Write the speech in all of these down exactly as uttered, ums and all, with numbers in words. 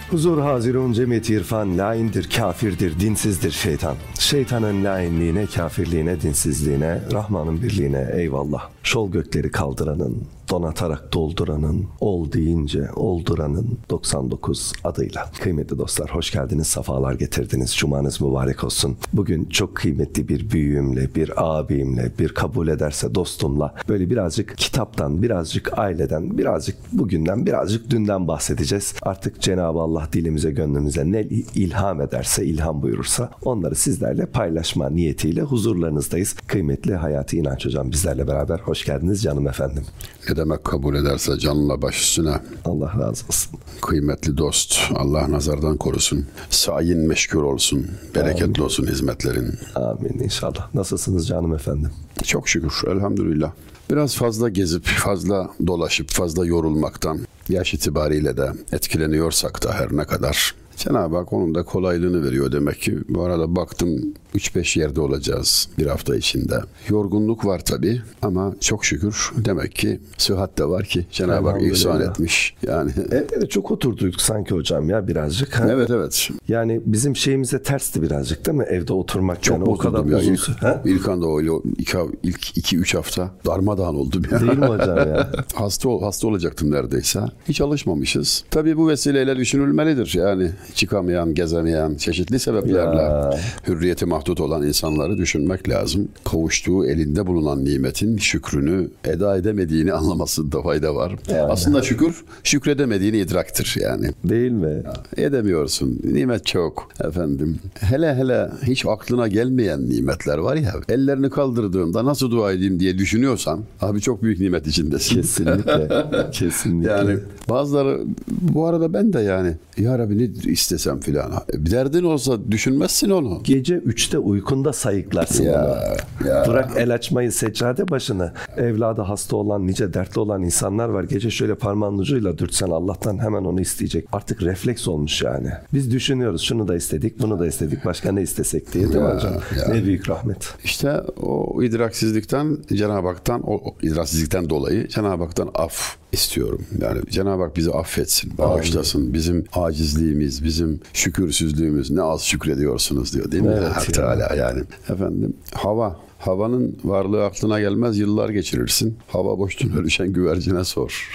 Huzur hazirun cemiyeti irfan, laindir, kafirdir, dinsizdir şeytan. Şeytanın lainliğine, kafirliğine, dinsizliğine, Rahman'ın birliğine eyvallah. Şol gökleri kaldıranın, donatarak dolduranın, ol deyince olduranın doksan dokuz adıyla. Kıymetli dostlar, hoş geldiniz, sefalar getirdiniz. Cumanız mübarek olsun. Bugün çok kıymetli bir büyüğümle, bir abimle, bir kabul ederse dostumla böyle birazcık kitaptan, birazcık aileden, birazcık bugünden, birazcık dünden bahsedeceğiz. Artık Cenab-ı Allah dilimize, gönlümüze ne ilham ederse, ilham buyurursa onları sizlerle paylaşma niyetiyle huzurlarınızdayız. Kıymetli Hayati İnanç Hocam bizlerle beraber. Hoş geldiniz canım efendim. Ne demek kabul ederse canla baş üstüne. Allah razı olsun. Kıymetli dost, Allah nazardan korusun. Sayin meşgul olsun. Bereketli Amin. Olsun hizmetlerin. Amin inşallah. Nasılsınız canım efendim? Çok şükür, elhamdülillah. Biraz fazla gezip, fazla dolaşıp, fazla yorulmaktan yaş itibariyle de etkileniyorsak da her ne kadar Cenab-ı Hak onun da kolaylığını veriyor demek ki. Bu arada baktım üç beş yerde olacağız bir hafta içinde. Yorgunluk var tabii ama çok şükür demek ki sıhhat de var ki Cenab-ı Hak ihsan etmiş. Yani evde de çok oturduk sanki hocam ya birazcık. Ha? Evet evet. Yani bizim şeyimize tersti birazcık değil mi? Evde oturmak çok yani o kadar ya. uzun. İlk, ilk anda öyle ilk, ilk iki üç hafta darmadağın oldum ya. Değil mi hocam ya? hasta, hasta olacaktım neredeyse. Hiç alışmamışız. Tabii bu vesileyle düşünülmelidir. Yani çıkamayan, gezemeyen, çeşitli sebeplerle ya. Hürriyeti mahdut olan insanları düşünmek lazım. Kavuştuğu elinde bulunan nimetin şükrünü eda edemediğini anlamasında fayda var. Yani. Aslında şükür, şükredemediğini idraktır yani. Değil mi? Ya, edemiyorsun. Nimet çok efendim. Hele hele hiç aklına gelmeyen nimetler var ya. Ellerini kaldırdığında nasıl dua edeyim diye düşünüyorsan abi çok büyük nimet içindesin. Kesinlikle. Kesinlikle. Yani bazıları bu arada ben de yani ya Rabbi ne istesem filan. Bir derdin olsa düşünmezsin onu. Gece üçte uykunda sayıklarsın ya, onu. Ya. Bırak el açmayı seccade başına. Evladı hasta olan, nice dertli olan insanlar var. Gece şöyle parmağın ucuyla dürtsen Allah'tan hemen onu isteyecek. Artık refleks olmuş yani. Biz düşünüyoruz şunu da istedik, bunu da istedik. Başka ne istesek diye değil mi hocam? Ya. Ne büyük rahmet. İşte o idraksizlikten Cenab-ı Hak'tan, o, o idraksizlikten dolayı Cenab-ı Hak'tan af istiyorum. Yani Cenab-ı Hak bizi affetsin, bağışlasın. Amin. Bizim acizliğimiz, bizim şükürsüzlüğümüz ne az şükrediyorsunuz diyor değil mi? Evet, Hak Teala yani. Efendim hava. Havanın varlığı aklına gelmez, yıllar geçirirsin. Hava boşluğuna ölüşen güvercine sor.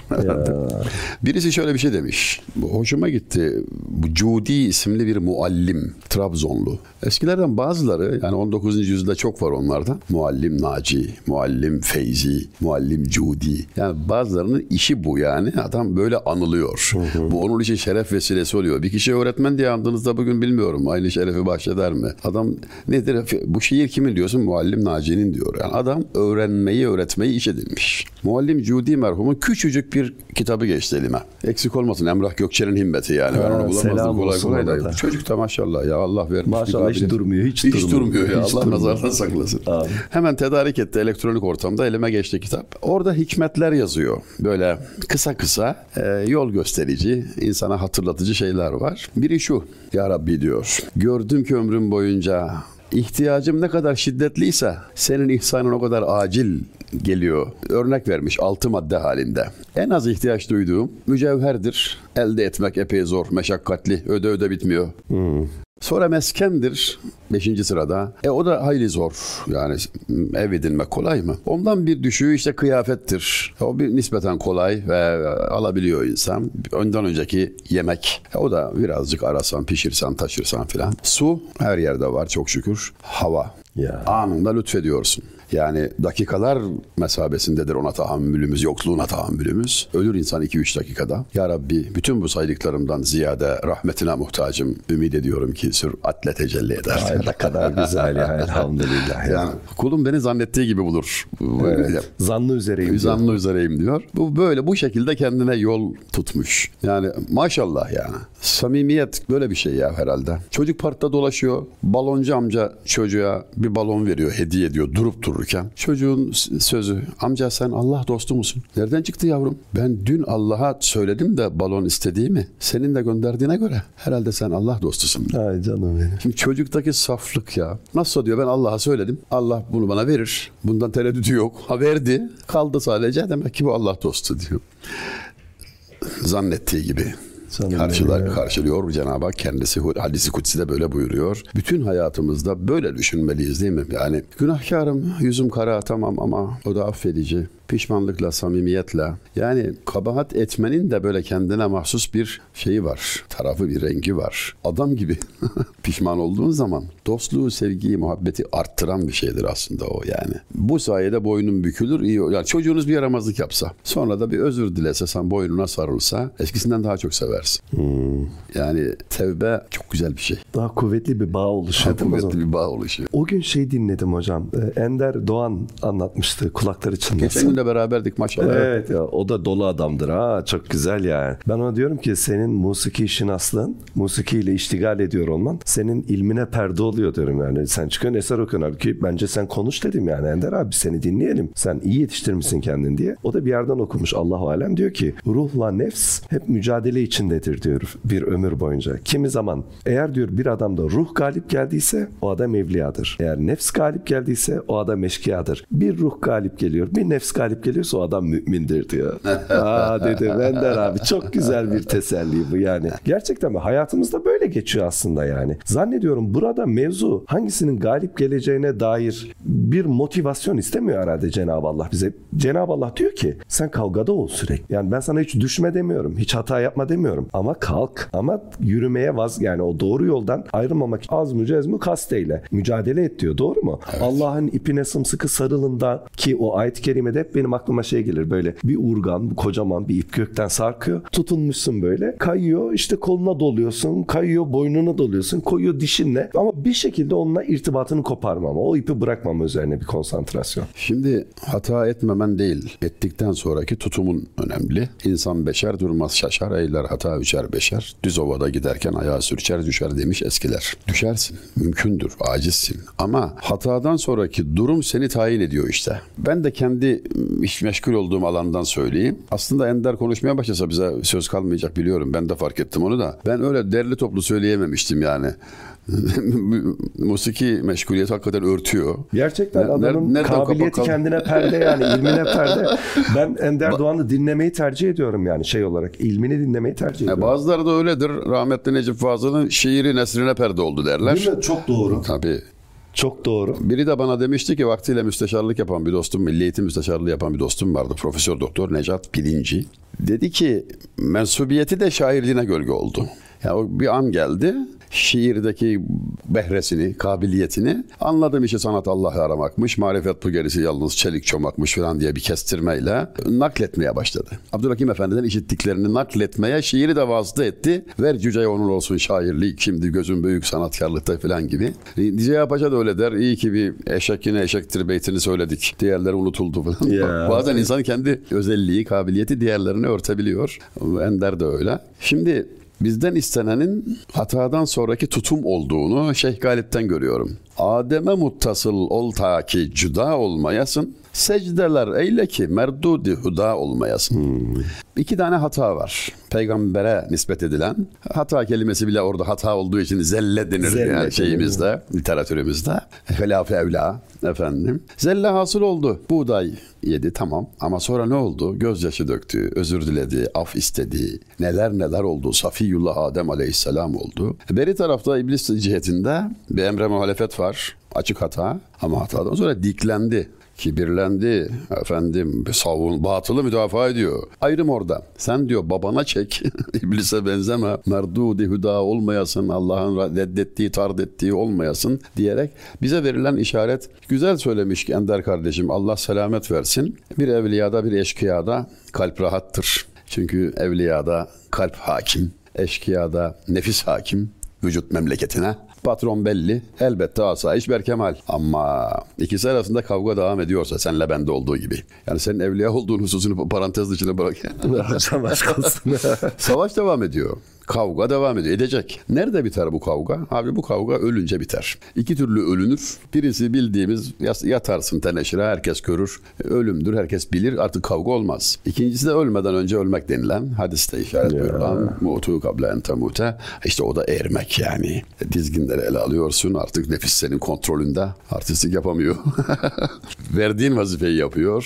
Birisi şöyle bir şey demiş. Bu hoşuma gitti. Bu Cudi isimli bir muallim, Trabzonlu. Eskilerden bazıları, yani on dokuzuncu yüzyılda çok var onlardan. Muallim Naci, muallim Feyzi, muallim Cudi. Yani bazılarının işi bu yani. Adam böyle anılıyor. Hı hı. Bu onun için şeref vesilesi oluyor. Bir kişi öğretmen diye andığınızda bugün bilmiyorum aynı şerefi bahşeder mi? Adam nedir? Bu şiir kimin diyorsun? Muallim Naci. Naci'nin diyor. Yani adam öğrenmeyi, öğretmeyi iş edinmiş. Muallim Cudi merhumun küçücük bir kitabı geçti elime. Eksik olmasın Emrah Gökçer'in himmeti yani. Ha, ben onu bulamazdım kolay kolay da. Çocuk da maşallah ya Allah vermiş. Maşallah hiç durmuyor. Hiç, hiç durmuyor. durmuyor ya. Hiç Allah durmuyor. nazardan saklasın. Abi. Hemen tedarik etti elektronik ortamda. Elime geçti kitap. Orada hikmetler yazıyor. Böyle kısa kısa e, yol gösterici, insana hatırlatıcı şeyler var. Biri şu. Ya Rabbi diyor. Gördüm ki ömrüm boyunca İhtiyacım ne kadar şiddetliyse senin ihsanın o kadar acil geliyor. Örnek vermiş altı madde halinde. En az ihtiyaç duyduğum mücevherdir. Elde etmek epey zor, meşakkatli, öde öde bitmiyor. Hmm. Sonra meskendir beşinci sırada. E o da hayli zor. Yani ev edinmek kolay mı? Ondan bir düşüğü işte kıyafettir. O bir nispeten kolay ve alabiliyor insan. Önden önceki yemek. E o da birazcık arasan, pişirsen, taşırsan filan. Su her yerde var çok şükür. Hava. Ya. Anında lütfediyorsun. Yani dakikalar mesabesindedir ona tahammülümüz, yokluğuna tahammülümüz. Ölür insan iki üç dakikada. Ya Rabbi bütün bu saydıklarımdan ziyade rahmetine muhtacım. Ümit ediyorum ki süratle tecelli eder. Ay, ne kadar güzel ya elhamdülillah. Ya. Yani kulum beni zannettiği gibi bulur. Evet. Zannı üzereyim. Zannı diyor. üzereyim diyor. Bu böyle bu şekilde kendine yol tutmuş. Yani maşallah yani. Samimiyet böyle bir şey ya herhalde. Çocuk parkta dolaşıyor. Baloncu amca çocuğa bir balon veriyor, hediye ediyor durup dururken. Çocuğun sözü, amca sen Allah dostu musun? Nereden çıktı yavrum? Ben dün Allah'a söyledim de balon istediğimi. Senin de gönderdiğine göre herhalde sen Allah dostusun. Ay canım benim. Şimdi çocuktaki saflık ya. Nasıl diyor ben Allah'a söyledim. Allah bunu bana verir. Bundan tereddütü yok. Ha verdi. Kaldı sadece demek ki bu Allah dostu diyor. Zannettiği gibi. Karşılar, karşılıyor Cenab-ı Hak kendisi hadis-i kutsi de böyle buyuruyor. Bütün hayatımızda böyle düşünmeliyiz değil mi? Yani günahkarım, yüzüm kara tamam ama o da affedici. Pişmanlıkla, samimiyetle. Yani kabahat etmenin de böyle kendine mahsus bir şeyi var. Tarafı, bir rengi var. Adam gibi pişman olduğun zaman dostluğu, sevgiyi, muhabbeti arttıran bir şeydir aslında o yani. Bu sayede boynun bükülür. İyi. Yani çocuğunuz bir yaramazlık yapsa, sonra da bir özür dilese, sen boynuna sarılsa eskisinden daha çok seversin. Hmm. Yani tevbe çok güzel bir şey. Daha kuvvetli bir bağ oluşuyor. Daha kuvvetli bir bağ oluşuyor. O gün şey dinledim hocam. Ender Doğan anlatmıştı, kulakları çınlasın. Geçen gün de beraberdik maşallah. Evet ya, o da dolu adamdır ha, çok güzel yani. Ben ona diyorum ki senin musiki şinaslığın, musikiyle iştigal ediyor olman senin ilmine perde oluyor diyorum yani. Sen çıkıyorsun eser okuyorsun ki bence sen konuş dedim yani Ender abi, seni dinleyelim. Sen iyi yetiştirmişsin kendin diye. O da bir yerden okumuş, Allahu alem, diyor ki ruhla nefs hep mücadele içindedir diyor bir ömür boyunca. Kimi zaman eğer diyor bir adamda ruh galip geldiyse o adam evliyadır. Eğer nefs galip geldiyse o adam eşkıyadır. Bir ruh galip geliyor, bir nefs galip geliyorsa o adam mümindir diyor. Aa dedi Ender abi, çok güzel bir teselli bu yani. Gerçekten mi? Hayatımızda böyle geçiyor aslında yani. Zannediyorum burada mevzu hangisinin galip geleceğine dair bir motivasyon istemiyor herhalde Cenab-ı Allah bize. Cenab-ı Allah diyor ki sen kavgada ol sürekli. Yani ben sana hiç düşme demiyorum. Hiç hata yapma demiyorum. Ama kalk. Ama yürümeye vaz, yani o doğru yoldan ayrılmamak için az mı cez mi kasteyle mücadele et diyor. Doğru mu? Evet. Allah'ın ipine sımsıkı sarılın da, ki o ayet-i kerimede hep benim aklıma şey gelir, böyle bir urgan, kocaman bir ip gökten sarkıyor. Tutunmuşsun böyle. Kayıyor, işte koluna doluyorsun. Kayıyor, boynuna doluyorsun. Koyuyor dişinle. Ama bir şekilde onunla irtibatını koparmama. O ipi bırakmama üzerine bir konsantrasyon. Şimdi hata etmemen değil, ettikten sonraki tutumun önemli. İnsan beşer durmaz şaşar, eyler hata üçer beşer. Düz ovada giderken ayağı sürçer düşer demiş eskiler. Düşersin, mümkündür, acizsin. Ama hatadan sonraki durum seni tayin ediyor işte. Ben de kendi iş meşgul olduğum alandan söyleyeyim. Aslında Ender konuşmaya başlasa bize söz kalmayacak biliyorum. Ben de fark ettim onu da. Ben öyle derli toplu söyleyememiştim yani. Musiki meşguliyeti hakikaten örtüyor. Gerçekten adamın Nereden kabiliyeti kapak... kendine perde yani, ilmine perde. Ben Ender Doğan'ı dinlemeyi tercih ediyorum yani şey olarak. İlmini dinlemeyi tercih ediyorum. E bazıları da öyledir. Rahmetli Necip Fazıl'ın şiiri nesrine perde oldu derler. Değil mi? Çok doğru. Tabii. Çok doğru. Biri de bana demişti ki vaktiyle müsteşarlık yapan bir dostum, Milli Eğitim müsteşarlığı yapan bir dostum vardı. Profesör Doktor Necat Bilinci. Dedi ki mensubiyeti de şairliğine gölge oldu. Yani o bir an geldi. Şiirdeki behresini, kabiliyetini anladım, işi sanat Allah'ı aramakmış, marifet bu gerisi yalnız çelik çomakmış falan diye bir kestirmeyle nakletmeye başladı. Abdülhakim Efendi'den işittiklerini nakletmeye şiiri de vasıta etti. Ver cüceye onun olsun şairlik, şimdi gözün büyük sanatkarlıkta falan gibi. Ziya Paşa da öyle der, iyi ki bir eşek yine eşektir beytini söyledik. Diğerleri unutuldu falan. Yeah. Bazen insan kendi özelliği, kabiliyeti diğerlerini örtebiliyor. Ender de öyle. Şimdi bizden istenenin hatadan sonraki tutum olduğunu Şeyh Galip'ten görüyorum. Adem'e muttasıl ol ta ki cüda olmayasın. Secdeler eyle ki merdudi huda olmayasın. Hmm. İki tane hata var. Peygambere nispet edilen. Hata kelimesi bile orada hata olduğu için zelle denir zelle yani şeyimizde, denir. Literatürümüzde. Helaf-ı evla efendim. Zelle hasıl oldu. Buğday yedi tamam. Ama sonra ne oldu? Gözyaşı döktü, özür diledi, af istedi. Neler neler oldu. Safiyullah Adem aleyhisselam oldu. Beri tarafta iblis cihetinde bir emre muhalefet var. Açık hata. Ama hatadan sonra diklendi. Kibirlendi, efendim savun, batılı müdafaa ediyor. Ayrım orada. Sen diyor babana çek, iblise benzeme, merdudi hüda olmayasın, Allah'ın reddettiği, tard ettiği olmayasın diyerek bize verilen işaret güzel söylemiş Ender kardeşim. Allah selamet versin. Bir evliyada, bir eşkıyada kalp rahattır. Çünkü evliyada kalp hakim, eşkıyada nefis hakim, vücut memleketine. Patron belli. Elbette asayiş berkemal. Ama ikisi arasında kavga devam ediyorsa senle bende olduğu gibi. Yani senin evliya olduğun hususunu parantez dışına bırak. Savaş kalsın. Savaş devam ediyor. Kavga devam ediyor. Edecek. Nerede biter bu kavga? Abi bu kavga ölünce biter. İki türlü ölünür. Birisi bildiğimiz yatarsın teneşire, herkes görür. Ölümdür, herkes bilir. Artık kavga olmaz. İkincisi de ölmeden önce ölmek denilen hadiste işaret buyurulan mutu kable en temute. İşte o da ermek yani. Dizginleri ele alıyorsun. Artık nefis senin kontrolünde. Artistlik yapamıyor. Verdiğin vazifeyi yapıyor.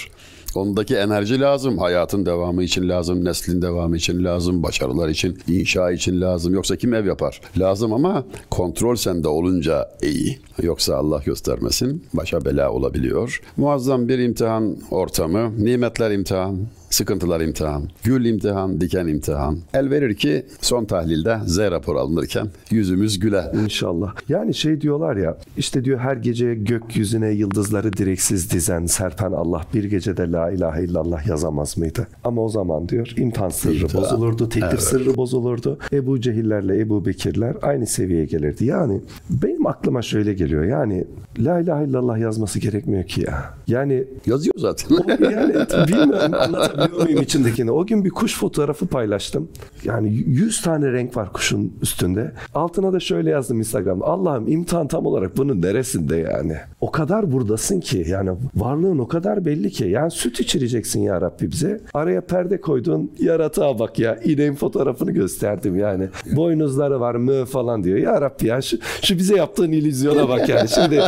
Ondaki enerji lazım. Hayatın devamı için lazım. Neslin devamı için lazım. Başarılar için, inşa için lazım. Yoksa kim ev yapar? Lazım ama kontrol sende olunca iyi. Yoksa Allah göstermesin başa bela olabiliyor. Muazzam bir imtihan ortamı. Nimetler imtihan. Sıkıntılar imtihan, gül imtihan, diken imtihan. El verir ki son tahlilde Z rapor alınırken yüzümüz güle. İnşallah. Yani şey diyorlar ya, işte diyor her gece gökyüzüne yıldızları direksiz dizen, serpen Allah bir gecede la ilahe illallah yazamaz mıydı? Ama o zaman diyor imtihan sırrı İmtihan. bozulurdu, teklif Evet. sırrı bozulurdu. Ebu Cehillerle Ebu Bekirler aynı seviyeye gelirdi. Yani benim aklıma şöyle geliyor, yani la ilahe illallah yazması gerekmiyor ki ya. Yani Yazıyor zaten. o, yani bilmiyorum anlatabiliyor muyum içindekini. O gün bir kuş fotoğrafı paylaştım. Yani yüz tane renk var kuşun üstünde. Altına da şöyle yazdım Instagram'da. Allah'ım imtihan tam olarak bunun neresinde yani? O kadar buradasın ki, yani varlığın o kadar belli ki. Yani süt içireceksin ya Rabbi bize. Araya perde koydun, yaratığa bak ya. İneğin fotoğrafını gösterdim yani. Boynuzları var mö falan diyor. Ya Rabbi ya şu, şu bize yaptığın illüzyona bak yani. Şimdi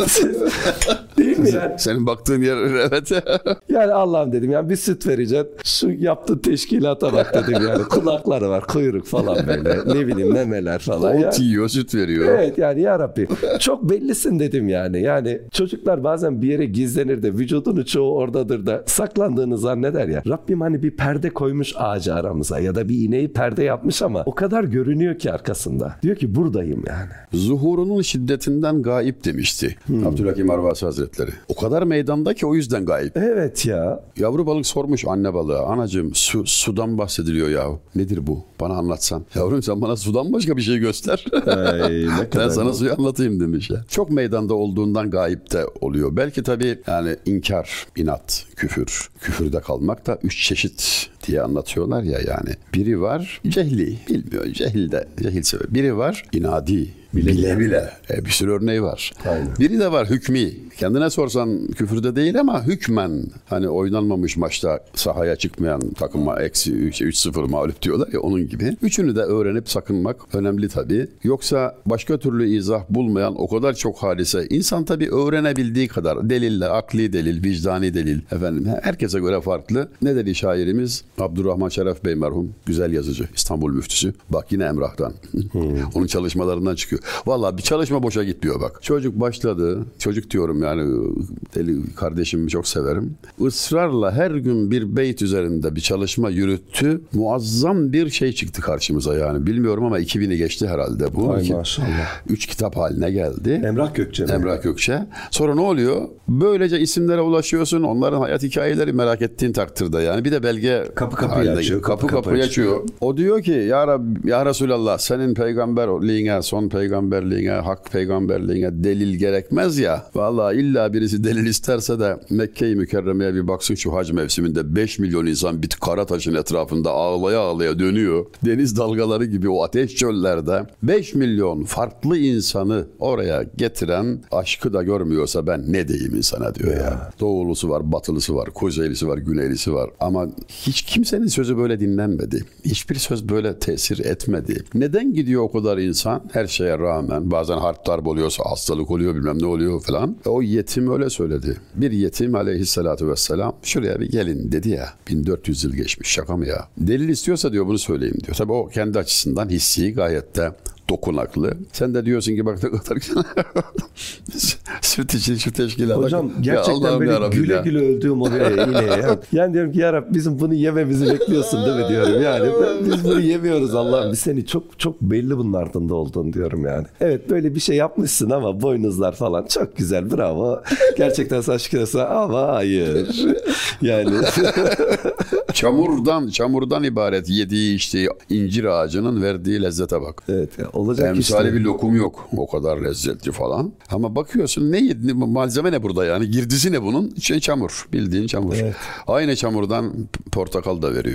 değil mi yani? Senin baktığın yer evet. Yani Allah'ım dedim yani bir süt vereceksin. Şu yaptığın teşkilata bak dedim yani. Kulakları var, kuyruk falan böyle. Ne bileyim memeler falan. Ot Ya. yiyor, süt veriyor. Evet yani ya Rabbi çok bellisin dedim yani. Yani çocuklar bazen bir yere gizlenir de vücudunun çoğu oradadır da saklandığını zanneder ya. Rabbim hani bir perde koymuş ağacı aramıza ya da bir ineği perde yapmış ama o kadar görünüyor ki arkasında. Diyor ki buradayım yani. Zuhurunun şiddetinden gaip demişti Hmm. Abdülhakim Arvasi Hazretleri. O kadar meydanda ki o yüzden gaip. Evet ya. Yavru balık sormuş anne balığa. Anacığım su, sudan bahsediliyor ya. Nedir bu? Bana anlatsan. Yavrum sen bana sudan başka bir şey göster. Ay, ne Ben kadar sana bu. suyu anlatayım demiş ya. Çok meydanda olduğundan gayip de oluyor. Belki tabii yani inkar, inat, küfür. Küfürde kalmak da üç çeşit diye anlatıyorlar ya yani. Biri var cehli, bilmiyor. Cehilde, cehil sebebi. Biri var inadi. Bile bile. bile. E, bir sürü örneği var. Aynen. Biri de var hükmü. Kendine sorsan küfürde değil ama hükmen hani oynanmamış maçta sahaya çıkmayan takıma eksi üç sıfır mağlup diyorlar ya onun gibi. Üçünü de öğrenip sakınmak önemli tabii. Yoksa başka türlü izah bulmayan o kadar çok hadise. İnsan tabii öğrenebildiği kadar deliller, akli delil, vicdani delil efendim herkese göre farklı. Ne dedi şairimiz? Abdurrahman Şeref Bey merhum. Güzel yazıcı. İstanbul müftüsü. Bak yine Emrah'tan. Onun çalışmalarından çıkıyor. Vallahi bir çalışma boşa gitmiyor bak. Çocuk başladı. Çocuk diyorum yani deli kardeşimi çok severim. Israrla her gün bir beyt üzerinde bir çalışma yürüttü. Muazzam bir şey çıktı karşımıza yani. Bilmiyorum ama iki bini geçti herhalde bu. Ay İki- maşallah. Üç kitap haline geldi. Emrah Gökçe mi? Emrah Gökçe. Sonra ne oluyor? Böylece isimlere ulaşıyorsun. Onların hayat hikayeleri merak ettiğin takdirde yani. Bir de belge Kapı kapıyı haline açıyor, geliyor. Kapı kapı kapı kapıyı açıyor. açıyor. O diyor ki ya Rab, ya Resulallah senin peygamberliğine, son peygamberliğine, hak peygamberliğine delil gerekmez ya. Vallahi illa birisi delil isterse de Mekke-i Mükerreme'ye bir baksın şu hac mevsiminde beş milyon insan bir kara taşın etrafında ağlaya ağlaya dönüyor. Deniz dalgaları gibi o ateş çöllerde beş milyon farklı insanı oraya getiren aşkı da görmüyorsa ben ne diyeyim insana diyor ya. ya. Doğulusu var, batılısı var, kuzeylisi var, güneylisi var. Ama hiç kimsenin sözü böyle dinlenmedi. Hiçbir söz böyle tesir etmedi. Neden gidiyor o kadar insan? Her şeye rağmen bazen harp darp oluyorsa hastalık oluyor bilmem ne oluyor falan. E o yetim öyle söyledi. Bir yetim aleyhissalatu vesselam şuraya bir gelin dedi ya. bin dört yüz yıl geçmiş şaka mı ya? Delil istiyorsa diyor bunu söyleyeyim diyor. Tabii o kendi açısından hissi gayet de dokunaklı. Sen de diyorsun ki bak ne kadar güzel. Süt için şu teşkilat. Hocam gerçekten böyle güle güle öldüğüm oluyor ya yine ya. Yani diyorum ki ya Rabbi bizim bunu yememizi bekliyorsun değil mi diyorum yani. Biz bunu yemiyoruz Allah'ım. Biz seni çok çok belli bunun ardında olduğunu diyorum yani. Evet böyle bir şey yapmışsın ama boynuzlar falan çok güzel bravo. Gerçekten sana şükür olsun ama hayır. Yani. Çamurdan, çamurdan ibaret yediği içtiği incir ağacının verdiği lezzete bak. Evet ya olacak Emsali işte. bir lokum yok. O kadar lezzetli falan. Ama bakıyorsun ne yedi, malzeme ne burada yani? Girdisi ne bunun? Şey çamur. Bildiğin çamur. Evet. Aynı çamurdan portakal da veriyor.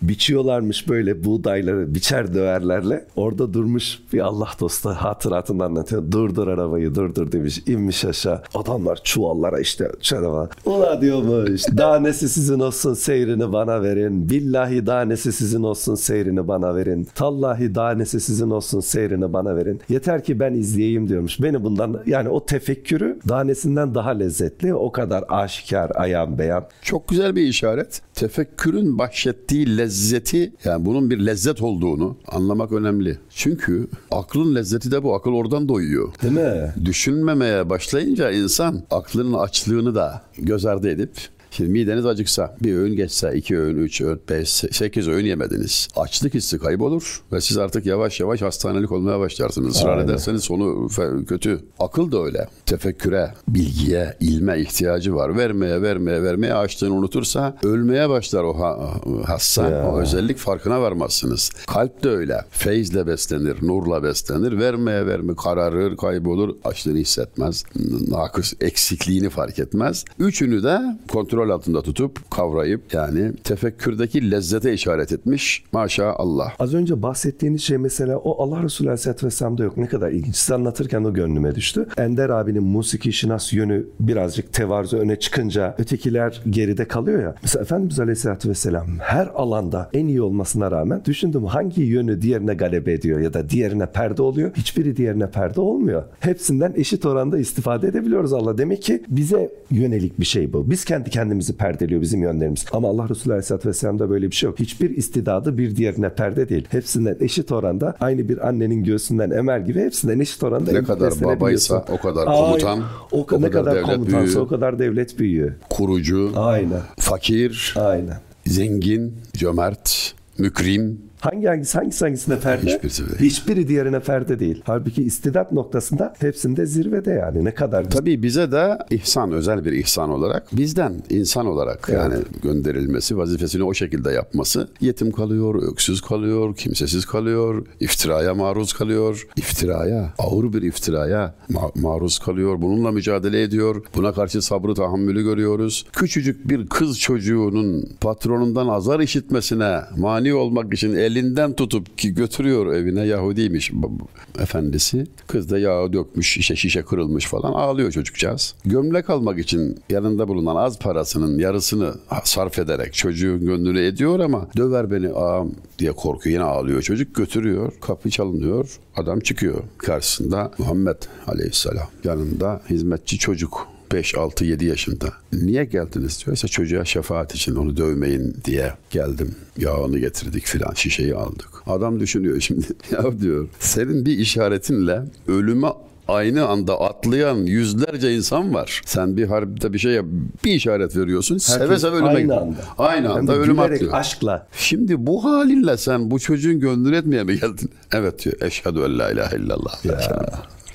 biçiyorlarmış böyle buğdayları, biçer döverlerle. Orada durmuş bir Allah dostu hatıratını anlatıyor. Durdur arabayı, durdur demiş. İnmiş aşağı. Adamlar çuvallara işte çarava. Ula diyormuş. Danesi sizin olsun seyrini bana verin. Billahi danesi sizin olsun seyrini bana verin. Tallahi danesi sizin olsun seyrini bana verin. Yeter ki ben izleyeyim diyormuş. Beni bundan, yani o tefekkürü danesinden daha lezzetli. O kadar aşikar, ayan beyan. Çok güzel bir işaret. Tefekkürün bahşettiği lezzeti, yani bunun bir lezzet olduğunu anlamak önemli. Çünkü aklın lezzeti de bu. Akıl oradan doyuyor. Değil mi? Düşünmemeye başlayınca insan aklının açlığını da göz ardı edip, şimdi mideniz acıksa, bir öğün geçse, iki öğün, üç öğün, beş, sekiz öğün yemediniz. Açlık hissi kaybolur ve siz artık yavaş yavaş hastanelik olmaya başlarsınız. Israr ederseniz sonu kötü. Akıl da öyle. Tefekküre, bilgiye, ilme ihtiyacı var. Vermeye, vermeye, vermeye açlığını unutursa ölmeye başlar o ha, hassa. Ya. O özellik farkına varmazsınız. Kalp de öyle. Feyizle beslenir, nurla beslenir. Vermeye, vermeye kararır, kaybolur. Açlığını hissetmez. Nakıs, eksikliğini fark etmez. Üçünü de kontrol altında tutup kavrayıp, yani tefekkürdeki lezzete işaret etmiş. Maşallah. Az önce bahsettiğiniz şey mesela o Allah Resulü Aleyhisselatü Vesselam'da yok. Ne kadar ilginç. Siz anlatırken o gönlüme düştü. Ender abinin musiki şinas yönü birazcık tevazu öne çıkınca ötekiler geride kalıyor ya. Mesela Efendimiz Aleyhisselatü Vesselam her alanda en iyi olmasına rağmen düşündüm hangi yönü diğerine galebe ediyor ya da diğerine perde oluyor. Hiçbiri diğerine perde olmuyor. Hepsinden eşit oranda istifade edebiliyoruz Allah. Demek ki bize yönelik bir şey bu. Biz kendi kendimizi perdeliyor bizim yönlerimiz. Ama Allah Resulü Aleyhisselatü Vesselam'da böyle bir şey yok. Hiçbir istidadı bir diğerine perde değil. Hepsinden eşit oranda, aynı bir annenin göğsünden emer gibi hepsinden eşit oranda. Ne kadar babaysa o kadar komutan, Aynen. o, o ne kadar, kadar devlet komutansa büyüğü, o kadar devlet büyüğü. Kurucu, Aynen. fakir, Aynen. zengin, cömert, mükrim. Hangi hangisi hangisi hangisine perde? Hiçbirisi değil. Hiçbiri diğerine perde değil. Halbuki istidat noktasında hepsinde zirvede yani. Ne kadar. Tabii bize de ihsan, özel bir ihsan olarak, bizden insan olarak Evet. yani gönderilmesi, vazifesini o şekilde yapması, yetim kalıyor, öksüz kalıyor, kimsesiz kalıyor, iftiraya maruz kalıyor. İftiraya, ağır bir iftiraya ma- maruz kalıyor. Bununla mücadele ediyor. Buna karşı sabrı, tahammülü görüyoruz. Küçücük bir kız çocuğunun patronundan azar işitmesine mani olmak için el elinden tutup ki götürüyor evine, Yahudiymiş efendisi. Kız da yağı dökmüş, şişe şişe kırılmış falan, ağlıyor çocukcağız. Gömlek almak için yanında bulunan az parasının yarısını sarf ederek çocuğun gönlünü ediyor ama döver beni ağam diye korkuyor. Yine ağlıyor çocuk, götürüyor. Kapı çalınıyor. Adam çıkıyor. Karşısında Muhammed Aleyhisselam. Yanında hizmetçi çocuk. beş, altı, yedi yaşında. Niye geldiniz diyorsa, çocuğa şefaat için, onu dövmeyin diye geldim. Yağını getirdik filan, şişeyi aldık. Adam düşünüyor şimdi. Ya diyor, senin bir işaretinle ölüme aynı anda atlayan yüzlerce insan var. Sen bir harbide bir şeye bir işaret veriyorsun. Herkes seve seve ölüme aynı gidiyor. anda. Aynı Hem anda de ölüm gülerek, atlıyor. aşkla. Şimdi bu halinle sen bu çocuğun gönlünü etmeye mi geldin? Evet diyor. Eşhedü en la ilahe illallah. Ya.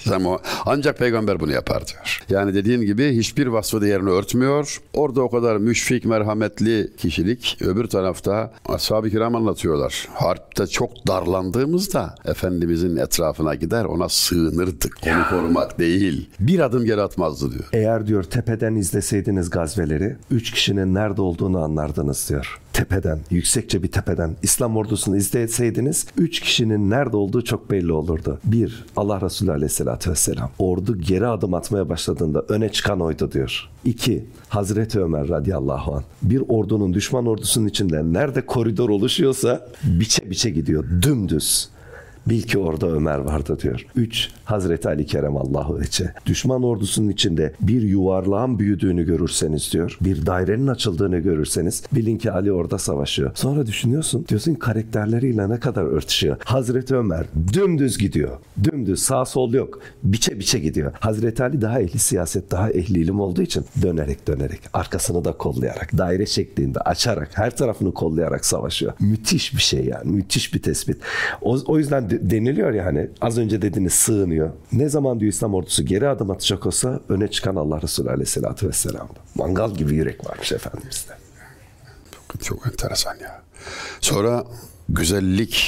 Ancak peygamber bunu yapar diyor. Yani dediğin gibi hiçbir vasfı değerini örtmüyor. Orada o kadar müşfik, merhametli kişilik. Öbür tarafta ashab-ı kiram anlatıyorlar. Harpte çok darlandığımızda Efendimizin etrafına gider, ona sığınırdık. Onu korumak değil. Bir adım geri atmazdı diyor. Eğer diyor tepeden izleseydiniz gazveleri, üç kişinin nerede olduğunu anlardınız diyor. Tepeden, yüksekçe bir tepeden İslam ordusunu izleseydiniz üç kişinin nerede olduğu çok belli olurdu. Bir, Allah Resulü Aleyhisselatü Vesselam. Ordu geri adım atmaya başladığında öne çıkan oydu diyor. İki, Hazreti Ömer radıyallahu anh. Bir ordunun, düşman ordusunun içinde nerede koridor oluşuyorsa biçe biçe gidiyor. Dümdüz. Bil ki orada Ömer vardı diyor. Üç, Hazreti Ali Keremallahu veçhe. Düşman ordusunun içinde bir yuvarlağın büyüdüğünü görürseniz diyor, bir dairenin açıldığını görürseniz bilin ki Ali orada savaşıyor. Sonra düşünüyorsun, diyorsun karakterleriyle ne kadar örtüşüyor. Hazreti Ömer dümdüz gidiyor. Dümdüz, sağ sol yok. Biçe biçe gidiyor. Hazreti Ali daha ehli siyaset, daha ehli ilim olduğu için dönerek dönerek, arkasını da kollayarak, daire şeklinde açarak, her tarafını kollayarak savaşıyor. Müthiş bir şey yani. Müthiş bir tespit. O, o yüzden de, deniliyor ya hani az önce dediğiniz sığınıyor. Ne zaman diyor İslam ordusu geri adım atacak olsa öne çıkan Allah Resulü Aleyhisselatü Vesselam'da. Mangal gibi yürek varmış Efendimiz'de. Çok, çok enteresan ya. Sonra güzellik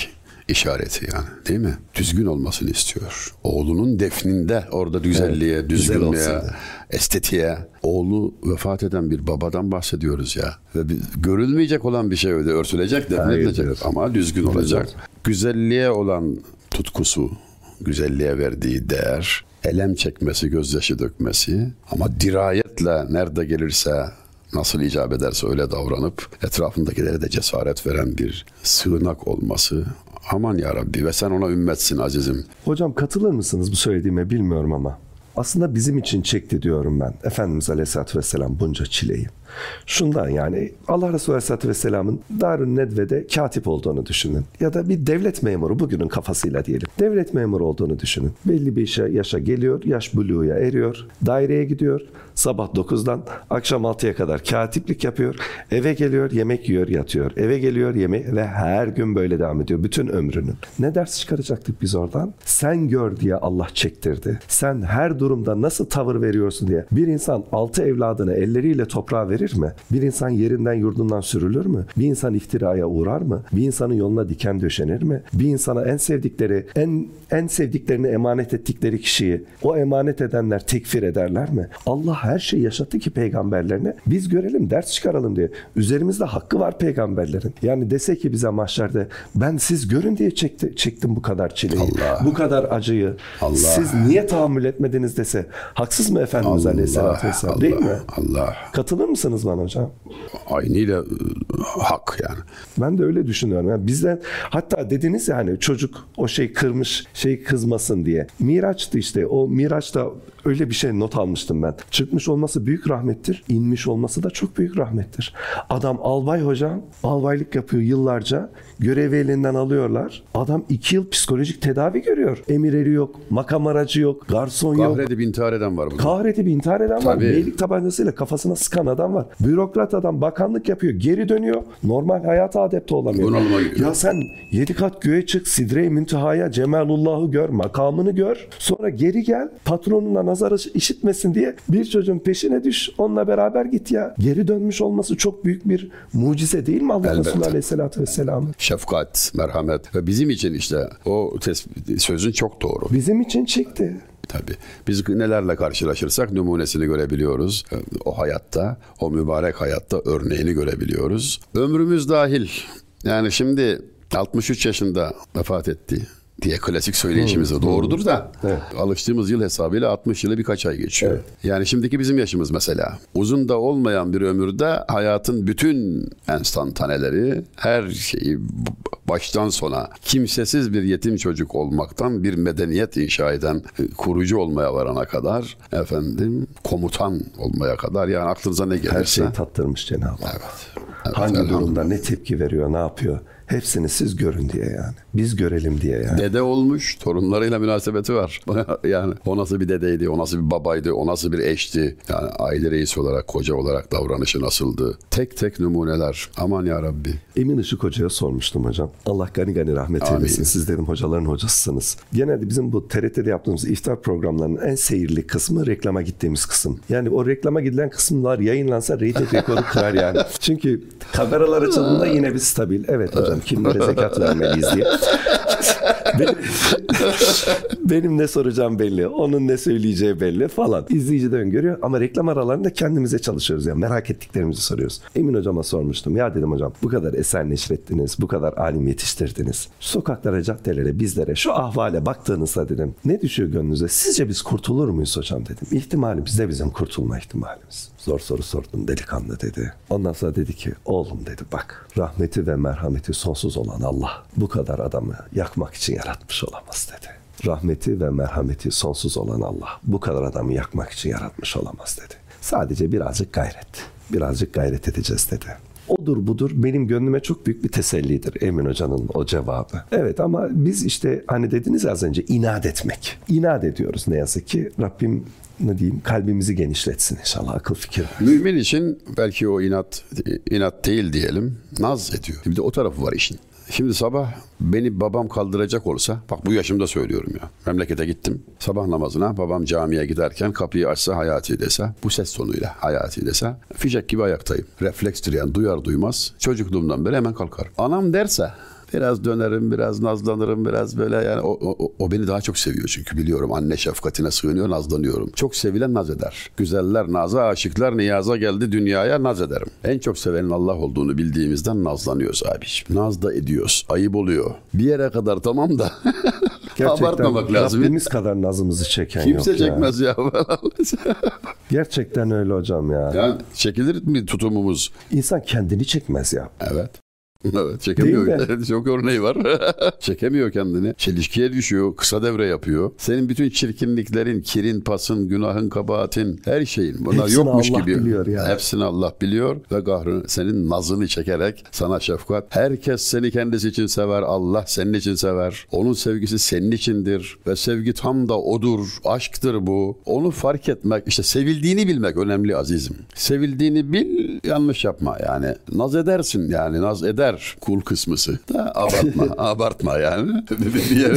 işareti yani, değil mi? Düzgün olmasını istiyor. Oğlunun defninde orada güzelliğe, evet, düzgünlüğe, estetiğe. Oğlu vefat eden bir babadan bahsediyoruz ya. Ve bir, görülmeyecek olan bir şey öyle örtülecek, defnedilecek ama düzgün olacak. Güzelliğe olan tutkusu, güzelliğe verdiği değer, elem çekmesi, gözyaşı dökmesi ama dirayetle nerede gelirse, nasıl icap ederse öyle davranıp etrafındakilere de cesaret veren bir sığınak olması. Aman ya Rabbi, ve sen ona ümmetsin azizim. Hocam katılır mısınız bu söylediğime bilmiyorum ama aslında bizim için çekti diyorum ben. Efendimiz Aleyhisselatü Vesselam bunca çileyi. Şundan, yani Allah Resulü Aleyhisselatü Vesselam'ın Darun Nedve'de katip olduğunu düşünün. Ya da bir devlet memuru, bugünün kafasıyla diyelim. Devlet memuru olduğunu düşünün. Belli bir yaşa, yaşa geliyor, yaş buluğa eriyor. Daireye gidiyor. Sabah dokuzdan akşam altıya kadar katiplik yapıyor. Eve geliyor, yemek yiyor, yatıyor. Eve geliyor, yemek ve her gün böyle devam ediyor. Bütün ömrünün. Ne ders çıkaracaktık biz oradan? Sen gör diye Allah çektirdi. Sen her durumda nasıl tavır veriyorsun diye. Bir insan altı evladını elleriyle toprağa verir mi? Bir insan yerinden yurdundan sürülür mü? Bir insan iftiraya uğrar mı? Bir insanın yoluna diken döşenir mi? Bir insana en sevdikleri, en en sevdiklerini emanet ettikleri kişiyi o emanet edenler tekfir ederler mi? Allah her şeyi yaşattı ki peygamberlerine biz görelim, ders çıkaralım diye. Üzerimizde hakkı var peygamberlerin. Yani dese ki bize mahşerde, ben siz görün diye çekti, çektim bu kadar çileyi, Allah. bu kadar acıyı. Allah. Siz niye tahammül etmediniz dese, haksız mı Efendimiz Allah, Aleyhisselatü Vesselam, Allah, değil mi? Allah. Katılır mısınız bana hocam? Aynıyla hak yani. Ben de öyle düşünüyorum. Yani bizden, hatta dediniz ya hani çocuk o şey kırmış, şey kızmasın diye. Miraç'tı işte. O Miraç'ta öyle bir şey not almıştım ben. Çıkmış olması büyük rahmettir. İnmiş olması da çok büyük rahmettir. Adam albay hocam. Albaylık yapıyor yıllarca. Görevi elinden alıyorlar. Adam iki yıl psikolojik tedavi görüyor. Emir eri yok. Makam aracı yok. Garson yok. Kahredip intihar eden var burada. Kahredip intihar eden var. Tabii. Beylik tabancasıyla kafasına sıkan adam var. Bürokrat adam bakanlık yapıyor. Geri dönüyor. Normal hayata adapte olamıyor. Bunalıma giriyor. Ya sen yedi kat göğe çık. Sidre-i Münteha'ya, Cemalullah'ı gör. Makamını gör. Sonra geri gel. Patronuna nazarı işitmesin diye bir çocuğun peşine düş. Onunla beraber git ya. Geri dönmüş olması çok büyük bir mucize değil mi Allah Elbette. Resulü Aleyhisselatü Vesselam'ın? Şefkat, merhamet ve bizim için işte o tespit, sözün çok doğru. Bizim için çekti. Tabii. Biz nelerle karşılaşırsak numunesini görebiliyoruz. O hayatta, o mübarek hayatta örneğini görebiliyoruz. Ömrümüz dahil. Yani şimdi altmış üç yaşında vefat etti diye klasik söyleyişimiz de doğrudur da evet. Alıştığımız yıl hesabıyla altmış yılı birkaç ay geçiyor. Evet. Yani şimdiki bizim yaşımız mesela. Uzun da olmayan bir ömürde hayatın bütün enstantaneleri, her şeyi baştan sona kimsesiz bir yetim çocuk olmaktan bir medeniyet inşa eden kurucu olmaya varana kadar, efendim komutan olmaya kadar, yani aklınıza ne gelirse. Her şeyi tattırmış Cenab-ı Allah. Evet. Evet, hangi durumda ne tepki veriyor, ne yapıyor? Hepsini siz görün diye yani. Biz görelim diye yani. Dede olmuş, torunlarıyla münasebeti var. Yani o nasıl bir dedeydi, o nasıl bir babaydı, o nasıl bir eşti. Yani aile reisi olarak, koca olarak davranışı nasıldı? Tek tek numuneler. Aman ya Rabbi. Emin Işık Hoca'ya sormuştum hocam. Allah gani gani rahmet Amin. eylesin. Siz dedim hocaların hocasısınız. Genelde bizim bu T R T'de yaptığımız iftar programlarının en seyirli kısmı reklama gittiğimiz kısım. Yani o reklama gidilen kısımlar yayınlansa reyting rekoru kırar yani. Çünkü kameralar açıldığında yine bir stabil. Evet hocam, kimlere zekat vermeliyiz diye. benim, benim ne soracağım belli. Onun ne söyleyeceği belli falan. İzleyici de öngörüyor ama reklam aralarında kendimize çalışıyoruz. Yani merak ettiklerimizi soruyoruz. Emin hocama sormuştum. Ya dedim hocam, bu kadar eser neşrettiniz, bu kadar alim yetiştirdiniz. Sokaklara, caddelere, bizlere, şu ahvale baktığınızda dedim, ne düşüyor gönlünüze? Sizce biz kurtulur muyuz hocam dedim. İhtimalimiz de bizim kurtulma ihtimalimiz. Zor soru sordum delikanlı dedi. Ondan sonra dedi ki, oğlum dedi, bak rahmeti ve merhameti sonsuz olan Allah bu kadar adamı yakmak için yaratmış olamaz dedi. Rahmeti ve merhameti sonsuz olan Allah bu kadar adamı yakmak için yaratmış olamaz dedi. Sadece birazcık gayret, birazcık gayret edeceğiz dedi. Odur budur benim gönlüme çok büyük bir tesellidir Emin Hoca'nın o cevabı. Evet ama biz işte hani dediniz az önce inat etmek. İnat ediyoruz ne yazık ki. Rabbim ne diyeyim, kalbimizi genişletsin inşallah, akıl fikir. Mümin için belki o inat inat değil diyelim, naz ediyor. Bir de o tarafı var işin. Şimdi sabah beni babam kaldıracak olsa, bak bu yaşımda söylüyorum ya, memlekete gittim. Sabah namazına babam camiye giderken kapıyı açsa Hayati dese, bu ses tonuyla Hayati dese, fişek gibi ayaktayım. Reflekstir yani, duyar duymaz çocukluğumdan beri hemen kalkar. Anam derse, Biraz dönerim, biraz nazlanırım, biraz böyle yani o, o, o beni daha çok seviyor çünkü biliyorum anne şefkatine sığınıyor, nazlanıyorum. Çok sevilen naz eder. Güzeller naza, aşıklar niyaza geldi dünyaya, naz ederim. En çok sevenin Allah olduğunu bildiğimizden nazlanıyoruz abiciğim. Naz da ediyoruz. Ayıp oluyor. Bir yere kadar tamam da abartmamak lazım. Rabbimiz kadar nazımızı çeken Kimse yok ya. çekmez ya. Gerçekten öyle hocam ya. Yani çekilir mi tutumumuz? İnsan kendini çekmez ya. Evet. Evet, çekemiyor. Değil mi? Çok örneği var. Çekemiyor kendini. Çelişkiye düşüyor. Kısa devre yapıyor. Senin bütün çirkinliklerin, kirin, pasın, günahın, kabahatin, her şeyin. Bunlar Hepsini yokmuş Allah gibi. biliyor ya. Hepsini Allah biliyor ve kahrını, senin nazını çekerek sana şefkat. Herkes seni kendisi için sever. Allah senin için sever. Onun sevgisi senin içindir ve sevgi tam da odur. Aşktır bu. Onu fark etmek, işte sevildiğini bilmek önemli azizim. Sevildiğini bil, yanlış yapma yani. Naz edersin yani. Naz eder. Kul kısmısı. Da abartma. abartma yani. Bir yere.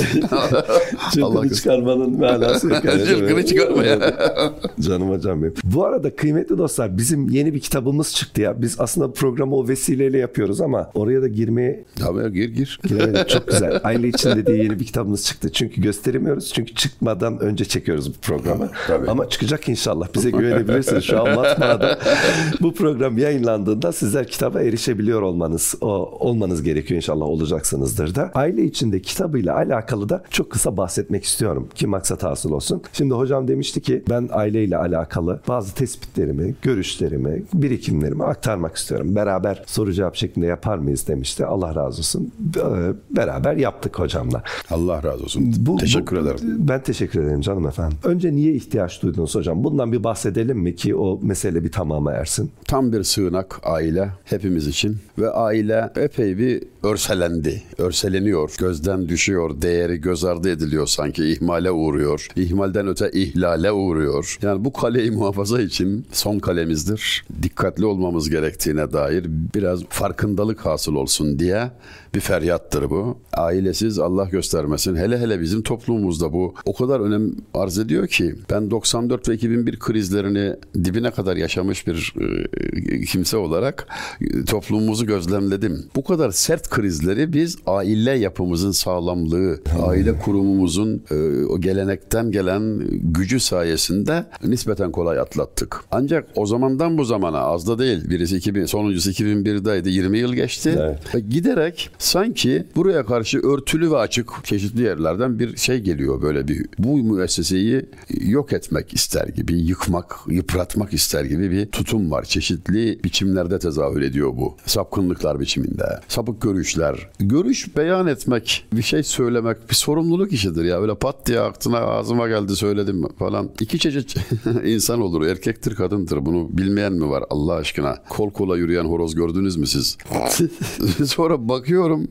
Çırpını çıkarmanın manası yok. Yani, Çırpını çıkarma ya. Canım hocam benim. Bu arada kıymetli dostlar, bizim yeni bir kitabımız çıktı ya. Biz aslında programı o vesileyle yapıyoruz ama oraya da girmeye Tabii gir gir. giremedik. Çok güzel. Aile içinde diye yeni bir kitabımız çıktı. Çünkü gösteremiyoruz. Çünkü çıkmadan önce çekiyoruz bu programı. Tabii. Ama çıkacak inşallah. Bize güvenebilirsiniz. Şu an matbaada bu program yayınlandığında sizler kitaba erişebiliyor olmanız, o, olmanız gerekiyor, inşallah olacaksınızdır da. Aile içinde kitabıyla alakalı da çok kısa bahsetmek istiyorum ki maksat hasıl olsun. Şimdi hocam demişti ki ben aileyle alakalı bazı tespitlerimi, görüşlerimi, birikimlerimi aktarmak istiyorum. Beraber soru cevap şeklinde yapar mıyız demişti. Allah razı olsun. Beraber yaptık hocamla. Allah razı olsun. Bu, teşekkür bu, ederim. Ben teşekkür ederim canım efendim. Önce niye ihtiyaç duydunuz hocam? Bundan bir bahsedelim mi ki o mesele bir tamama ersin? Tam bir sığınak aile hepimiz için ve aile epey bir örselendi. Örseleniyor. Gözden düşüyor. Değeri göz ardı ediliyor sanki. İhmale uğruyor. İhmalden öte ihlale uğruyor. Yani bu kaleyi muhafaza için son kalemizdir. Dikkatli olmamız gerektiğine dair biraz farkındalık hasıl olsun diye bir feryattır bu. Ailesiz Allah göstermesin. Hele hele bizim toplumumuzda bu o kadar önem arz ediyor ki ben doksan dört ve iki bin bir krizlerini dibine kadar yaşamış bir e, kimse olarak e, toplumumuzu gözlemledim. Bu kadar sert krizleri biz aile yapımızın sağlamlığı, aile kurumumuzun e, o gelenekten gelen gücü sayesinde nispeten kolay atlattık. Ancak o zamandan bu zamana az da değil. Birisi iki bin, sonuncusu iki bin birdeydi. yirmi yıl geçti. Evet. Ve giderek sanki buraya karşı örtülü ve açık çeşitli yerlerden bir şey geliyor, böyle bir bu müesseseyi yok etmek ister gibi, yıkmak, yıpratmak ister gibi bir tutum var. Çeşitli biçimlerde tezahür ediyor bu. Sapkınlıklar biçiminde. Sapık görüşler. Görüş beyan etmek, bir şey söylemek bir sorumluluk işidir ya. Öyle pat diye aklına ağzıma geldi söyledim falan. İki çeşit insan olur. Erkektir, kadındır. Bunu bilmeyen mi var Allah aşkına? Kol kola yürüyen horoz gördünüz mü siz? Sonra bakıyorum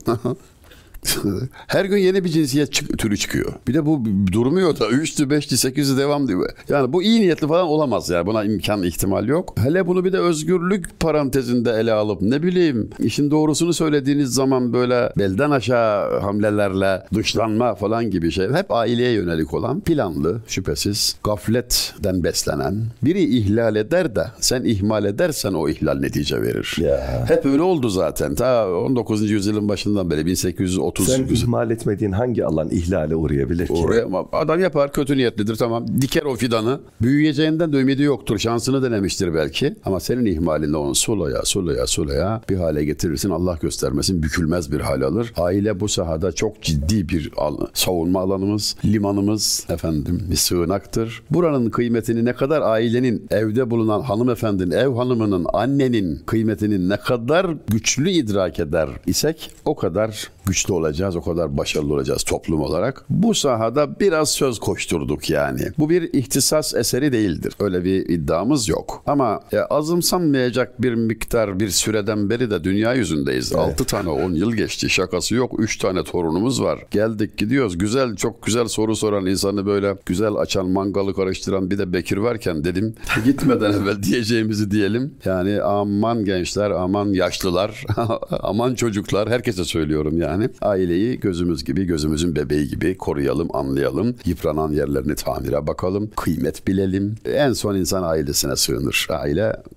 her gün yeni bir cinsiyet çık- türü çıkıyor. Bir de bu durmuyor da üçtü, beşti, sekizdi devam diyor. Yani bu iyi niyetli falan olamaz yani. Buna imkan, ihtimal yok. Hele bunu bir de özgürlük parantezinde ele alıp ne bileyim işin doğrusunu söylediğiniz zaman böyle belden aşağı hamlelerle dışlanma falan gibi şey. Hep aileye yönelik olan, planlı, şüphesiz, gafletten beslenen. Biri ihlal eder de sen ihmal edersen o ihlal netice verir. Yeah. Hep öyle oldu zaten. Ta on dokuzuncu yüzyılın başından beri bin sekiz yüz otuz Sen ihmal etmediğin hangi alan ihlale uğrayabilir ki? Uğrayamam. Adam yapar, kötü niyetlidir, tamam. Diker o fidanı. Büyüyeceğinden de ümidi yoktur. Şansını denemiştir belki. Ama senin ihmalinde onu sulaya, sulaya, sulaya bir hale getirirsin. Allah göstermesin, bükülmez bir hal alır. Aile bu sahada çok ciddi bir al- savunma alanımız, limanımız, efendim bir sığınaktır. Buranın kıymetini ne kadar ailenin, evde bulunan hanımefendinin, ev hanımının, annenin kıymetini ne kadar güçlü idrak eder isek o kadar güçlü olacağız, o kadar başarılı olacağız toplum olarak. Bu sahada biraz söz koşturduk yani. Bu bir ihtisas eseri değildir. Öyle bir iddiamız yok. Ama e, azımsanmayacak bir miktar bir süreden beri de dünya yüzündeyiz. Evet. altı tane on yıl geçti. Şakası yok. üç tane torunumuz var. Geldik gidiyoruz. Güzel, çok güzel soru soran, insanı böyle güzel açan, mangalı karıştıran bir de Bekir varken dedim gitmeden evvel diyeceğimizi diyelim. Yani aman gençler, aman yaşlılar, aman çocuklar, herkese söylüyorum yani. Yani aileyi gözümüz gibi, gözümüzün bebeği gibi koruyalım, anlayalım. Yıpranan yerlerini tamire bakalım, kıymet bilelim. En son insan ailesine sığınır. Aile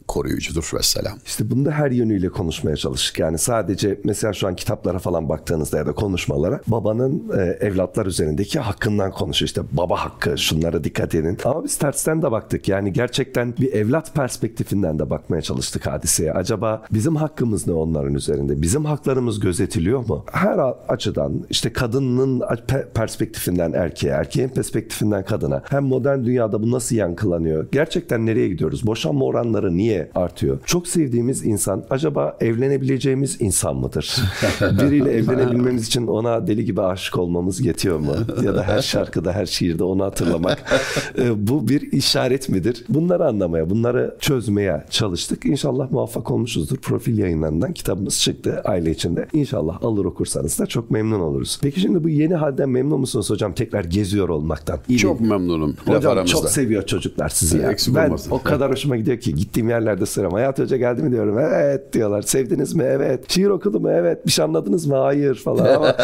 koruyucudur vesselam. İşte bunu da her yönüyle konuşmaya çalıştık. Yani sadece mesela şu an kitaplara falan baktığınızda ya da konuşmalara babanın e, evlatlar üzerindeki hakkından konuşuyor. İşte baba hakkı, şunlara dikkat edin. Ama biz tersten de baktık. Yani gerçekten bir evlat perspektifinden de bakmaya çalıştık hadiseye. Acaba bizim hakkımız ne onların üzerinde? Bizim haklarımız gözetiliyor mu? Her açıdan işte kadının perspektifinden erkeğe, erkeğin perspektifinden kadına. Hem modern dünyada bu nasıl yankılanıyor? Gerçekten nereye gidiyoruz? Boşanma oranları niye artıyor? Çok sevdiğimiz insan acaba evlenebileceğimiz insan mıdır? Biriyle evlenebilmemiz için ona deli gibi aşık olmamız yetiyor mu? Ya da her şarkıda, her şiirde onu hatırlamak. Bu bir işaret midir? Bunları anlamaya, bunları çözmeye çalıştık. İnşallah muvaffak olmuşuzdur. Profil Yayınlarından kitabımız çıktı aile içinde. İnşallah alır okursanız da çok memnun oluruz. Peki şimdi bu yeni halden memnun musunuz hocam? Tekrar geziyor olmaktan. İyi çok mi? memnunum. Hocam çok seviyor çocuklar sizi ya. Eksik ben olmasın. O kadar hoşuma gidiyor ki gittiğim yerlerde sıram. Hayat Hoca geldi mi diyorum. Evet diyorlar. Sevdiniz mi? Evet. Şiir okudu mu? Evet. Bir şey anladınız mı? Hayır falan ama.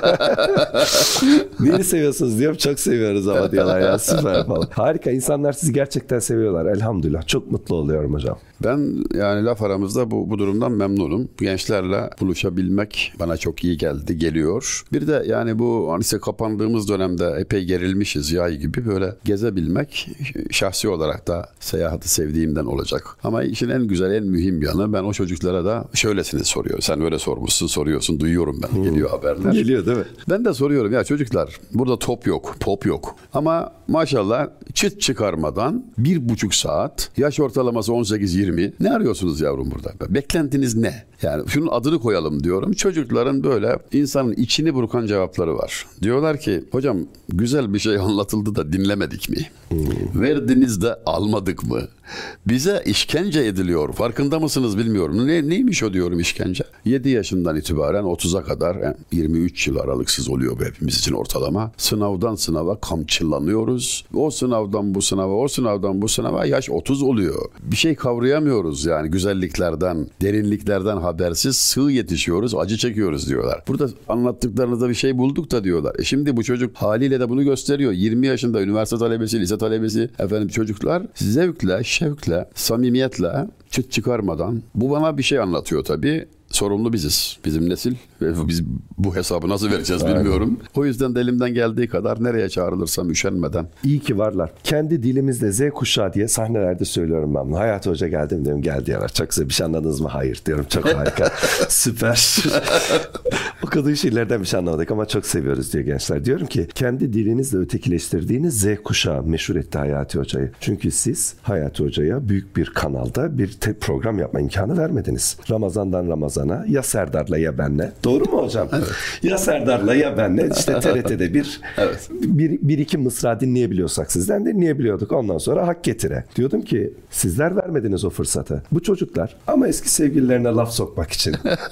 Neyi seviyorsunuz diyorum. Çok seviyoruz ama diyorlar ya. Süper falan. Harika. İnsanlar sizi gerçekten seviyorlar. Elhamdülillah. Çok mutlu oluyorum hocam. Ben yani laf aramızda bu, bu durumdan memnunum. Gençlerle buluşabilmek bana çok iyi geldi, geliyor. Bir de yani bu hani işte kapandığımız dönemde epey gerilmişiz yay gibi, böyle gezebilmek şahsi olarak da seyahati sevdiğimden olacak. Ama işin en güzel, en mühim yanı, ben o çocuklara da şöylesini soruyor. Sen öyle sormuşsun, soruyorsun, duyuyorum ben. Hmm. Geliyor haberler. Geliyor değil mi? Ben de soruyorum ya çocuklar, burada top yok, pop yok. Ama maşallah çıt çıkarmadan bir buçuk saat, yaş ortalaması on sekiz yirmi. Ne arıyorsunuz yavrum burada? Beklentiniz ne? Yani şunun adını koyalım diyorum. Çocukların böyle insanın içini burkan cevapları var. Diyorlar ki hocam güzel bir şey anlatıldı da dinlemedik mi? Hmm. Verdiniz de almadık mı? Bize işkence ediliyor. Farkında mısınız bilmiyorum. Ne, neymiş o diyorum işkence? yedi yaşından itibaren otuza kadar yani yirmi üç yıl aralıksız oluyor bu hepimiz için ortalama. Sınavdan sınava kamçılanıyoruz. O sınavdan bu sınava, o sınavdan bu sınava yaş otuz oluyor. Bir şey kavrayamıyoruz yani, güzelliklerden, derinliklerden habersiz sığ yetişiyoruz, acı çekiyoruz diyorlar. Burada anlattıklarınızda bir şey bulduk da diyorlar. E şimdi bu çocuk haliyle de bunu gösteriyor. yirmi yaşında üniversite talebesi, lise talebesi, efendim çocuklar zevkle, şevkle, samimiyetle, çıt çıkarmadan bu bana bir şey anlatıyor tabii. Sorumlu biziz. Bizim nesil. Ve biz bu hesabı nasıl vereceğiz bilmiyorum. Aynen. O yüzden de elimden geldiği kadar nereye çağrılırsam üşenmeden. İyi ki varlar. Kendi dilimizle Z kuşağı diye sahnelerde söylüyorum ben bunu. Hayat Hoca geldi mi diyorum, gel diyorlar. Çok güzel, bir şey anladınız mı? Hayır diyorum. Çok harika. Süper. Okuduğu şiirlerden bir şey anlamadık ama çok seviyoruz diyor gençler. Diyorum ki kendi dilinizle ötekileştirdiğiniz Z kuşağı meşhur etti Hayati Hoca'yı. Çünkü siz Hayati Hoca'ya büyük bir kanalda bir program yapma imkanı vermediniz. Ramazan'dan Ramazan'a ya Serdar'la ya benle. Doğru mu hocam? Evet. Ya Serdar'la ya benle işte T R T'de bir, evet. bir, bir iki mısra dinleyebiliyorsak sizden dinleyebiliyorduk. Ondan sonra hak getire. Diyordum ki sizler vermediniz o fırsatı. Bu çocuklar ama eski sevgililerine laf sokmak için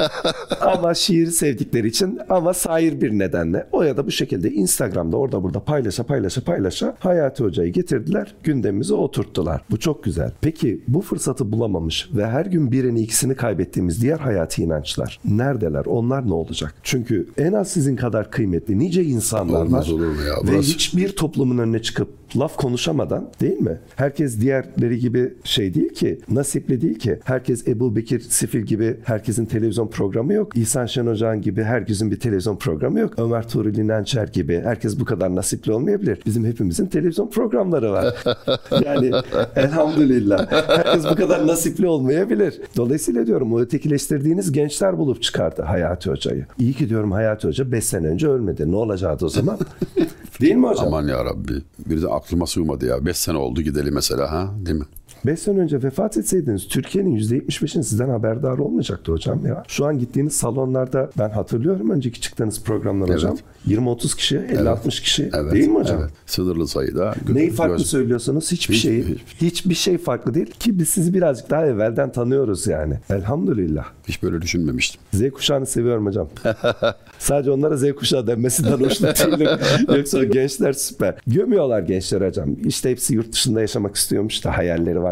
ama şiiri sevdikleri için ama sair bir nedenle o ya da bu şekilde Instagram'da orada burada paylaşa paylaşa paylaşa Hayati Hoca'yı getirdiler, gündemimize oturttular. Bu çok güzel. Peki bu fırsatı bulamamış ve her gün birini ikisini kaybettiğimiz diğer hayati inançlar neredeler? Onlar ne olacak? Çünkü en az sizin kadar kıymetli nice insanlar Olmaz var olur mu ya? Ve Burası... hiçbir toplumun önüne çıkıp laf konuşamadan, değil mi? Herkes diğerleri gibi şey değil ki, nasipli değil ki. Herkes Ebu Bekir Sifil gibi herkesin televizyon programı yok. İhsan Şen Hoca'nın gibi herkesin bir televizyon programı yok. Ömer Tuğrul İnançer gibi herkes bu kadar nasipli olmayabilir. Bizim hepimizin televizyon programları var. Yani elhamdülillah. Herkes bu kadar nasipli olmayabilir. Dolayısıyla diyorum o ötekileştirdiğiniz gençler bulup çıkardı Hayati Hoca'yı. İyi ki diyorum Hayati Hoca beş sene önce ölmedi. Ne olacaktı o zaman? Değil mi hocam? Aman ya Rabbi. Bir de aklıma sığmadı ya. Beş sene oldu gideli mesela, ha? Değil mi? beş sene önce vefat etseydiniz Türkiye'nin yüzde yetmiş beşinin sizden haberdar olmayacaktı hocam ya. Şu an gittiğiniz salonlarda ben hatırlıyorum önceki çıktığınız programlar hocam. Evet. yirmi otuz kişi, elli altmış evet. kişi evet. değil mi hocam? Evet. Sınırlı sayıda. Neyi farklı göz... söylüyorsunuz? Hiçbir Hiç, şey. Hiç. Hiçbir şey farklı değil ki biz sizi birazcık daha evvelden tanıyoruz yani. Elhamdülillah. Hiç böyle düşünmemiştim. Z kuşağını seviyorum hocam. Sadece onlara Z kuşağı denmesinden hoşnut değilim. Yoksa gençler süper. Gömüyorlar gençler hocam. İşte hepsi yurt dışında yaşamak istiyormuş da hayalleri var.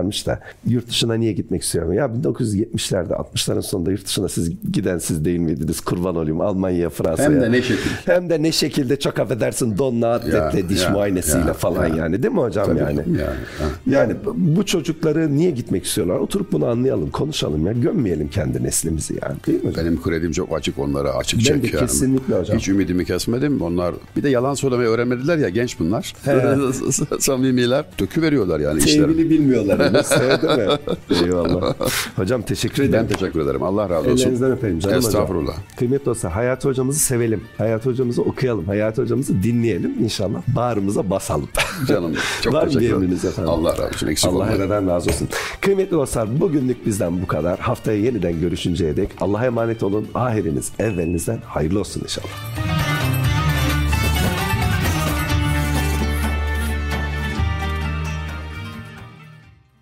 varmış da yurt dışına niye gitmek istiyorum? Ya bin dokuz yüz yetmişlerde altmışların sonunda yurt dışına siz giden siz değil miydiniz? Kurban olayım Almanya'ya, Fransa'ya. Hem de ne şekilde. Hem de ne şekilde, çok affedersin, donla atletle, Ya, diş ya, muayenesiyle ya, falan ya. yani, değil mi hocam? Tabii, yani? yani, ha. Yani bu çocukları niye gitmek istiyorlar? Oturup bunu anlayalım, konuşalım ya. Gömmeyelim kendi neslimizi yani. Değil mi hocam? Benim kredim çok açık onlara, açık Ben çek de yani. kesinlikle hocam. Hiç ümidimi kesmedim. Onlar bir de yalan söylemeyi öğrenmediler ya genç bunlar. Samimiler. Döküveriyorlar yani işlerini. Tevhili bilmiyorlar. Değil mi? Eyvallah. Hocam teşekkür ederim. Ben teşekkür ederim. Allah razı olsun. Ellerinizden öperim canım Estağfurullah. hocam. Kıymetli dostlar, Hayati hocamızı sevelim. Hayati hocamızı okuyalım. Hayati hocamızı dinleyelim. İnşallah bağrımıza basalım. Canım çok Var mı teşekkür bir ederim. emriniz efendim? Allah razı olsun. Eksik Allah olmayın. hereden razı olsun. Kıymetli dostlar, bugünlük bizden bu kadar. Haftaya yeniden görüşünceye dek Allah'a emanet olun. Ahiriniz evvelinizden hayırlı olsun inşallah.